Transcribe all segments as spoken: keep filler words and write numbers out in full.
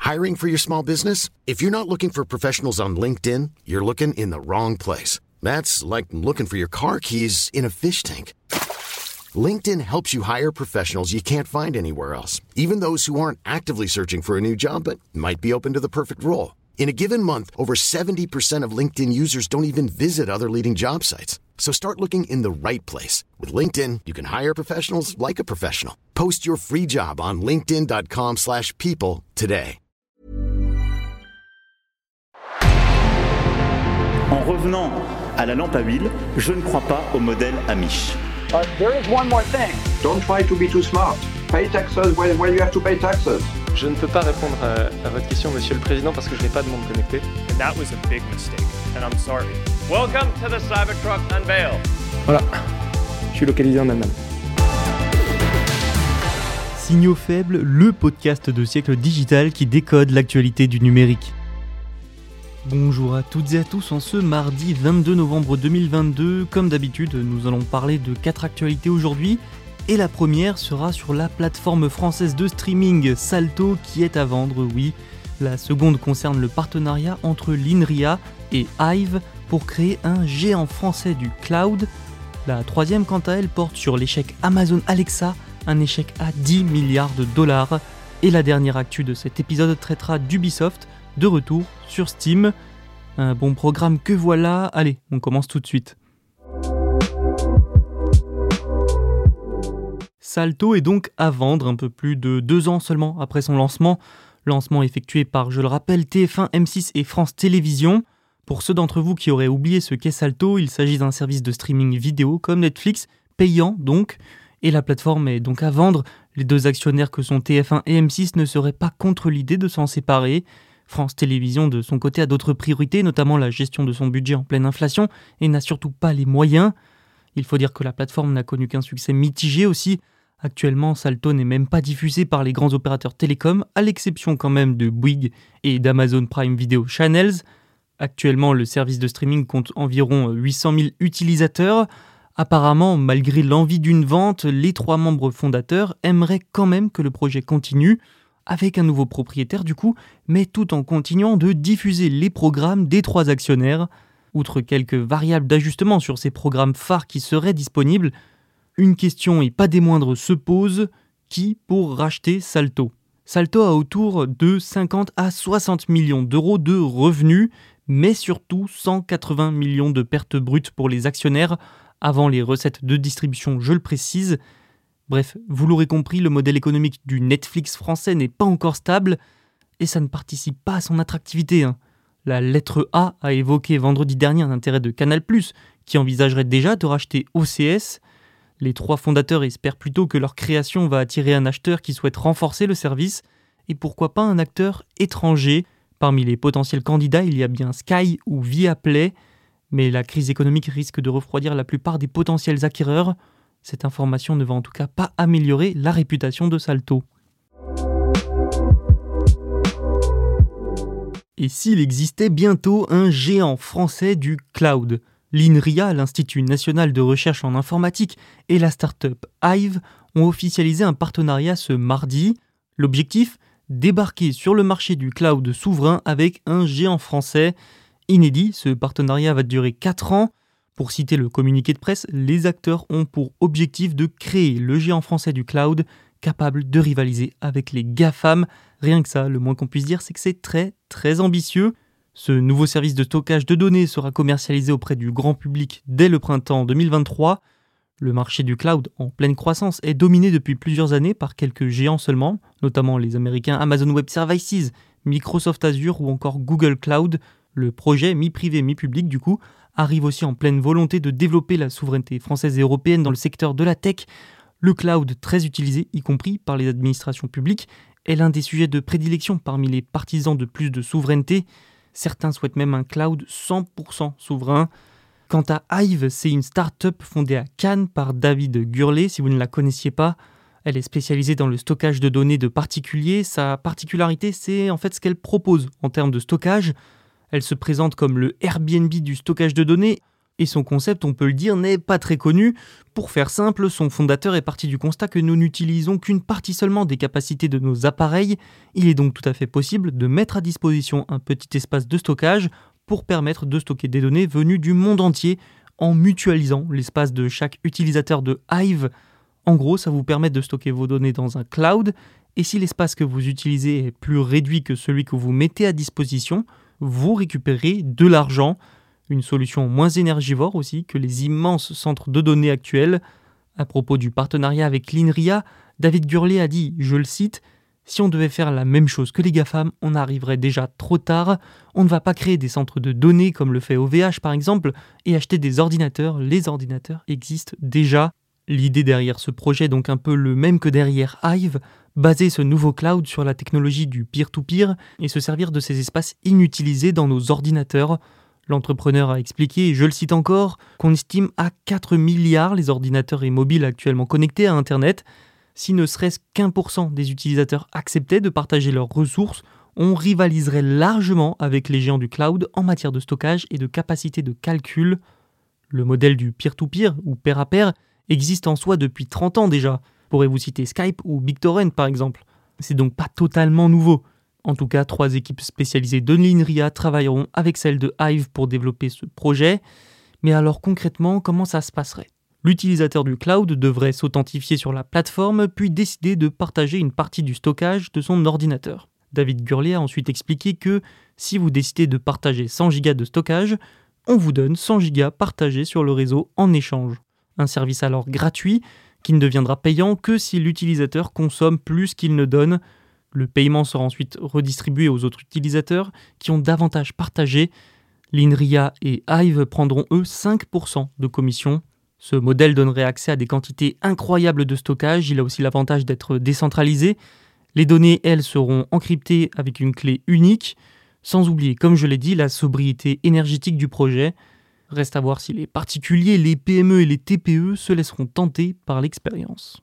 Hiring for your small business? If you're not looking for professionals on LinkedIn, you're looking in the wrong place. That's like looking for your car keys in a fish tank. LinkedIn helps you hire professionals you can't find anywhere else, even those who aren't actively searching for a new job but might be open to the perfect role. In a given month, over seventy percent of LinkedIn users don't even visit other leading job sites. So start looking in the right place. With LinkedIn, you can hire professionals like a professional. Post your free job on linkedin.com slash people today. En revenant à la lampe à huile, je ne crois pas au modèle Amish. Uh, there is one more thing. Don't try to be too smart. Pay taxes when, when you have to pay taxes. Je ne peux pas répondre à, à votre question, Monsieur le Président, parce que je n'ai pas de montre connectée. And that was a big mistake, and I'm sorry. Welcome to the Cybertruck Unveil. Voilà, je suis localisé en Allemagne. Signaux faibles, le podcast de Siècle Digital qui décode l'actualité du numérique. Bonjour à toutes et à tous, en ce mardi vingt-deux novembre deux mille vingt-deux, comme d'habitude, nous allons parler de quatre actualités aujourd'hui, et la première sera sur la plateforme française de streaming Salto qui est à vendre, oui. La seconde concerne le partenariat entre l'INRIA et Hive pour créer un géant français du cloud. La troisième, quant à elle, porte sur l'échec Amazon Alexa, un échec à dix milliards de dollars. Et la dernière actu de cet épisode traitera d'Ubisoft, de retour sur Steam. Un bon programme que voilà, allez, on commence tout de suite. Salto est donc à vendre un peu plus de deux ans seulement après son lancement. Lancement effectué par, je le rappelle, T F un, M six et France Télévisions. Pour ceux d'entre vous qui auraient oublié ce qu'est Salto, il s'agit d'un service de streaming vidéo comme Netflix, payant donc, et la plateforme est donc à vendre. Les deux actionnaires que sont T F un et M six ne seraient pas contre l'idée de s'en séparer. France Télévisions, de son côté, a d'autres priorités, notamment la gestion de son budget en pleine inflation, et n'a surtout pas les moyens. Il faut dire que la plateforme n'a connu qu'un succès mitigé aussi. Actuellement, Salto n'est même pas diffusé par les grands opérateurs télécoms, à l'exception quand même de Bouygues et d'Amazon Prime Video Channels. Actuellement, le service de streaming compte environ huit cent mille utilisateurs. Apparemment, malgré l'envie d'une vente, les trois membres fondateurs aimeraient quand même que le projet continue, avec un nouveau propriétaire du coup, mais tout en continuant de diffuser les programmes des trois actionnaires. Outre quelques variables d'ajustement sur ces programmes phares qui seraient disponibles, une question et pas des moindres se pose, qui pour racheter Salto ? Salto a autour de cinquante à soixante millions d'euros de revenus, mais surtout cent quatre-vingts millions de pertes brutes pour les actionnaires, avant les recettes de distribution, je le précise. Bref, vous l'aurez compris, le modèle économique du Netflix français n'est pas encore stable, et ça ne participe pas à son attractivité. Hein. La lettre A a évoqué vendredi dernier un intérêt de Canal+, qui envisagerait déjà de racheter O C S. Les trois fondateurs espèrent plutôt que leur création va attirer un acheteur qui souhaite renforcer le service, et pourquoi pas un acteur étranger. Parmi les potentiels candidats, il y a bien Sky ou Viaplay, mais la crise économique risque de refroidir la plupart des potentiels acquéreurs. Cette information ne va en tout cas pas améliorer la réputation de Salto. Et s'il existait bientôt un géant français du cloud ? L'INRIA, l'Institut national de recherche en informatique, et la start-up Hive ont officialisé un partenariat ce mardi. L'objectif ? Débarquer sur le marché du cloud souverain avec un géant français. Inédit, ce partenariat va durer quatre ans. Pour citer le communiqué de presse, les acteurs ont pour objectif de créer le géant français du cloud capable de rivaliser avec les GAFAM. Rien que ça, le moins qu'on puisse dire, c'est que c'est très très ambitieux. Ce nouveau service de stockage de données sera commercialisé auprès du grand public dès le printemps deux mille vingt-trois. Le marché du cloud en pleine croissance est dominé depuis plusieurs années par quelques géants seulement, notamment les Américains Amazon Web Services, Microsoft Azure ou encore Google Cloud. Le projet mi-privé mi-public du coup arrive aussi en pleine volonté de développer la souveraineté française et européenne dans le secteur de la tech. Le cloud, très utilisé, y compris par les administrations publiques, est l'un des sujets de prédilection parmi les partisans de plus de souveraineté. Certains souhaitent même un cloud cent pour cent souverain. Quant à Hive, c'est une start-up fondée à Cannes par David Gurley, si vous ne la connaissiez pas. Elle est spécialisée dans le stockage de données de particuliers. Sa particularité, c'est en fait ce qu'elle propose en termes de stockage. Elle se présente comme le Airbnb du stockage de données. Et son concept, on peut le dire, n'est pas très connu. Pour faire simple, son fondateur est parti du constat que nous n'utilisons qu'une partie seulement des capacités de nos appareils. Il est donc tout à fait possible de mettre à disposition un petit espace de stockage pour permettre de stocker des données venues du monde entier en mutualisant l'espace de chaque utilisateur de Hive. En gros, ça vous permet de stocker vos données dans un cloud, et si l'espace que vous utilisez est plus réduit que celui que vous mettez à disposition, vous récupérez de l'argent. Une solution moins énergivore aussi que les immenses centres de données actuels. À propos du partenariat avec l'INRIA, David Gurley a dit, je le cite, « Si on devait faire la même chose que les GAFAM, on arriverait déjà trop tard. On ne va pas créer des centres de données comme le fait O V H par exemple et acheter des ordinateurs. Les ordinateurs existent déjà. » L'idée derrière ce projet est donc un peu le même que derrière Hive, baser ce nouveau cloud sur la technologie du peer-to-peer et se servir de ces espaces inutilisés dans nos ordinateurs. L'entrepreneur a expliqué, je le cite encore, qu'on estime à quatre milliards les ordinateurs et mobiles actuellement connectés à Internet. Si ne serait-ce qu'un pour cent des utilisateurs acceptaient de partager leurs ressources, on rivaliserait largement avec les géants du cloud en matière de stockage et de capacité de calcul. Le modèle du peer-to-peer ou pair à pair existe en soi depuis trente ans déjà. Pourrez-vous citer Skype ou BitTorrent par exemple. C'est donc pas totalement nouveau. En tout cas, trois équipes spécialisées de l'INRIA travailleront avec celles de Hive pour développer ce projet. Mais alors concrètement, comment ça se passerait ? L'utilisateur du cloud devrait s'authentifier sur la plateforme, puis décider de partager une partie du stockage de son ordinateur. David Gurley a ensuite expliqué que si vous décidez de partager cent gigas de stockage, on vous donne cent gigas partagés sur le réseau en échange. Un service alors gratuit qui ne deviendra payant que si l'utilisateur consomme plus qu'il ne donne. Le paiement sera ensuite redistribué aux autres utilisateurs qui ont davantage partagé. L'INRIA et Hive prendront eux cinq pour cent de commission. Ce modèle donnerait accès à des quantités incroyables de stockage. Il a aussi l'avantage d'être décentralisé. Les données, elles, seront encryptées avec une clé unique. Sans oublier, comme je l'ai dit, la sobriété énergétique du projet. Reste à voir si les particuliers, les P M E et les T P E se laisseront tenter par l'expérience.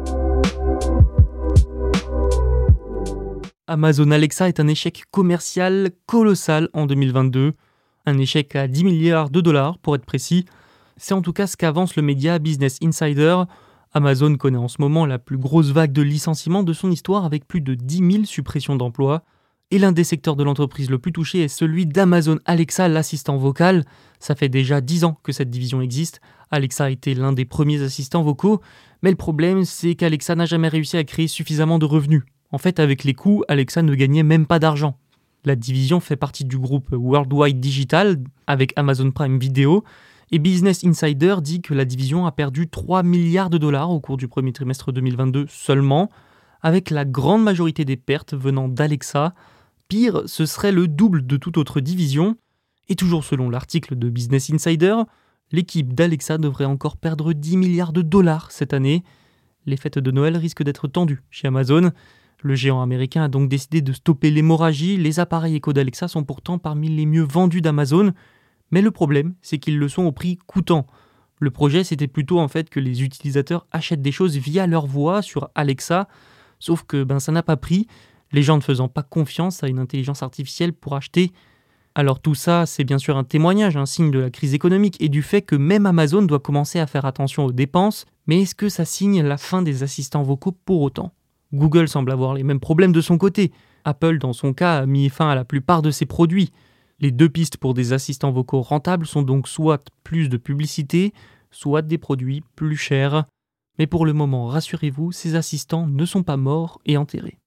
Amazon Alexa est un échec commercial colossal en deux mille vingt-deux. Un échec à dix milliards de dollars pour être précis. C'est en tout cas ce qu'avance le média Business Insider. Amazon connaît en ce moment la plus grosse vague de licenciements de son histoire avec plus de dix mille suppressions d'emplois. Et l'un des secteurs de l'entreprise le plus touché est celui d'Amazon Alexa, l'assistant vocal. Ça fait déjà dix ans que cette division existe. Alexa a été l'un des premiers assistants vocaux. Mais le problème, c'est qu'Alexa n'a jamais réussi à créer suffisamment de revenus. En fait, avec les coûts, Alexa ne gagnait même pas d'argent. La division fait partie du groupe Worldwide Digital avec Amazon Prime Video. Et Business Insider dit que la division a perdu trois milliards de dollars au cours du premier trimestre deux mille vingt-deux seulement, avec la grande majorité des pertes venant d'Alexa. Pire, ce serait le double de toute autre division. Et toujours selon l'article de Business Insider, l'équipe d'Alexa devrait encore perdre dix milliards de dollars cette année. Les fêtes de Noël risquent d'être tendues chez Amazon. Le géant américain a donc décidé de stopper l'hémorragie. Les appareils Echo d'Alexa sont pourtant parmi les mieux vendus d'Amazon. Mais le problème, c'est qu'ils le sont au prix coûtant. Le projet, c'était plutôt en fait que les utilisateurs achètent des choses via leur voix sur Alexa. Sauf que ben, ça n'a pas pris. Les gens ne faisant pas confiance à une intelligence artificielle pour acheter. Alors tout ça, c'est bien sûr un témoignage, un signe de la crise économique et du fait que même Amazon doit commencer à faire attention aux dépenses. Mais est-ce que ça signe la fin des assistants vocaux pour autant ? Google semble avoir les mêmes problèmes de son côté. Apple, dans son cas, a mis fin à la plupart de ses produits. Les deux pistes pour des assistants vocaux rentables sont donc soit plus de publicité, soit des produits plus chers. Mais pour le moment, rassurez-vous, ces assistants ne sont pas morts et enterrés.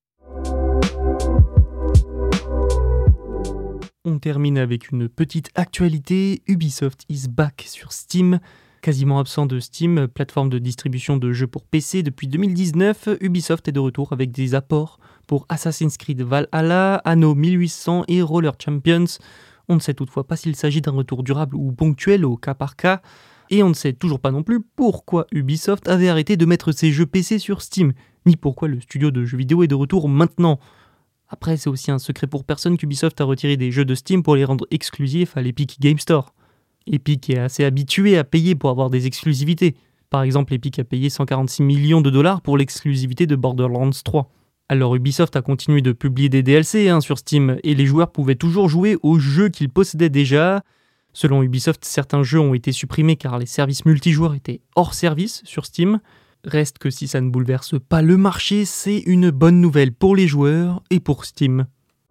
On termine avec une petite actualité. Ubisoft is back sur Steam. Quasiment absent de Steam, plateforme de distribution de jeux pour P C depuis deux mille dix-neuf, Ubisoft est de retour avec des apports pour Assassin's Creed Valhalla, Anno mille huit cents et Roller Champions. On ne sait toutefois pas s'il s'agit d'un retour durable ou ponctuel au cas par cas. Et on ne sait toujours pas non plus pourquoi Ubisoft avait arrêté de mettre ses jeux P C sur Steam, ni pourquoi le studio de jeux vidéo est de retour maintenant. Après, c'est aussi un secret pour personne qu'Ubisoft a retiré des jeux de Steam pour les rendre exclusifs à l'Epic Game Store. Epic est assez habitué à payer pour avoir des exclusivités. Par exemple, Epic a payé cent quarante-six millions de dollars pour l'exclusivité de Borderlands trois. Alors Ubisoft a continué de publier des D L C hein, sur Steam, et les joueurs pouvaient toujours jouer aux jeux qu'ils possédaient déjà. Selon Ubisoft, certains jeux ont été supprimés car les services multijoueurs étaient hors service sur Steam. Reste que si ça ne bouleverse pas le marché, c'est une bonne nouvelle pour les joueurs et pour Steam.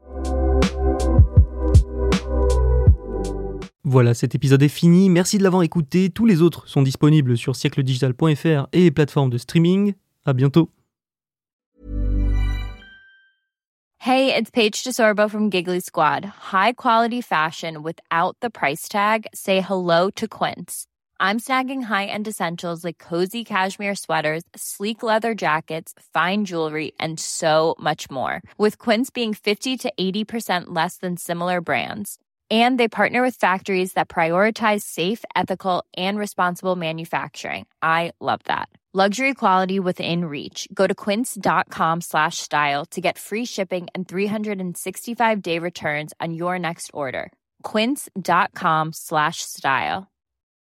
Voilà, cet épisode est fini. Merci de l'avoir écouté. Tous les autres sont disponibles sur siècle digital point f r et les plateformes de streaming. À bientôt. Hey, it's Paige DeSorbo from Giggly Squad. High quality fashion without the price tag. Say hello to Quince. I'm snagging high-end essentials like cozy cashmere sweaters, sleek leather jackets, fine jewelry, and so much more. With Quince being fifty to eighty percent less than similar brands. And they partner with factories that prioritize safe, ethical, and responsible manufacturing. I love that. Luxury quality within reach. Go to quince.com slash style to get free shipping and three sixty-five day returns on your next order. Quince.com slash style.